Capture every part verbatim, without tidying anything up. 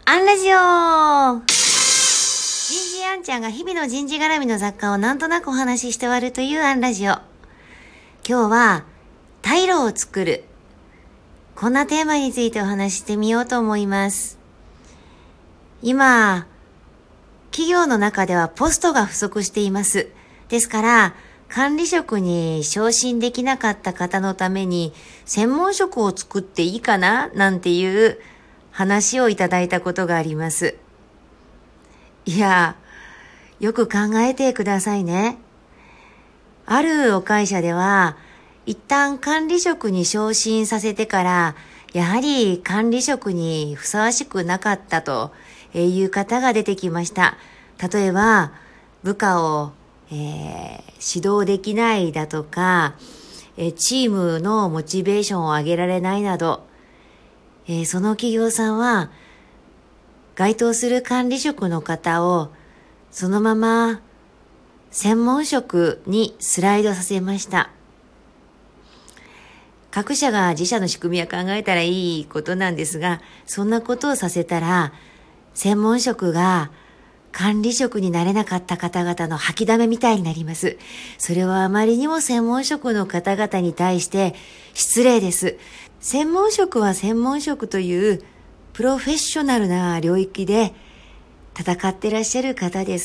アンラジオ。人事アンちゃんが日々の人事絡みの雑貨をなんとなくお話しして終わるというアンラジオ。今日は退路を作る、こんなテーマについてお話ししてみようと思います。今企業の中ではポストが不足しています。ですから管理職に昇進できなかった方のために専門職を作っていいかななんていう話をいただいたことがあります。いや、よく考えてくださいね。あるお会社では一旦管理職に昇進させてからやはり管理職にふさわしくなかったという方が出てきました。例えば部下をえー、指導できないだとか、えー、チームのモチベーションを上げられないなど、えー、その企業さんは該当する管理職の方をそのまま専門職にスライドさせました。各社が自社の仕組みは考えたらいいことなんですが、そんなことをさせたら専門職が管理職になれなかった方々の吐きだめみたいになります。それはあまりにも専門職の方々に対して失礼です。専門職は専門職というプロフェッショナルな領域で戦ってらっしゃる方です。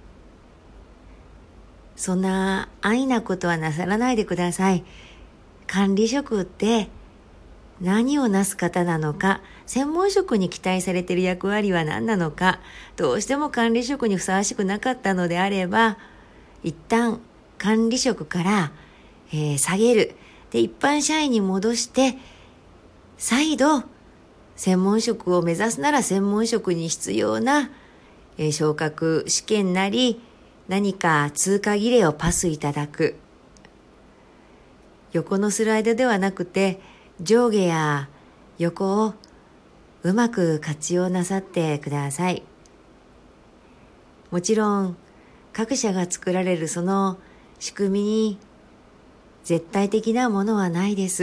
そんな安易なことはなさらないでください。管理職って何をなす方なのか、専門職に期待されている役割は何なのか、どうしても管理職にふさわしくなかったのであれば、一旦管理職から、えー、下げる。で、一般社員に戻して、再度、専門職を目指すなら専門職に必要な、えー、昇格試験なり、何か通過儀礼をパスいただく。横のスライドではなくて、上下や横をうまく活用なさってください。もちろん各社が作られるその仕組みに絶対的なものはないです。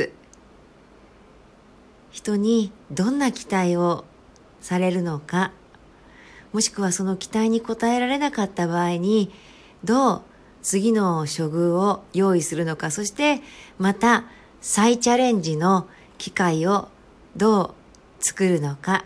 人にどんな期待をされるのか、もしくはその期待に応えられなかった場合にどう次の処遇を用意するのか、そしてまた再チャレンジの機会をどう作るのか。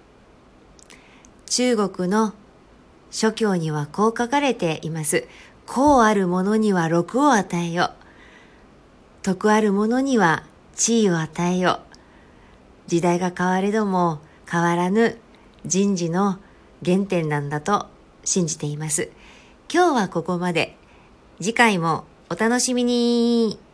中国の諸教にはこう書かれています。功ある者には禄を与えよ。徳ある者には地位を与えよ。時代が変われども変わらぬ人事の原点なんだと信じています。今日はここまで。次回もお楽しみに。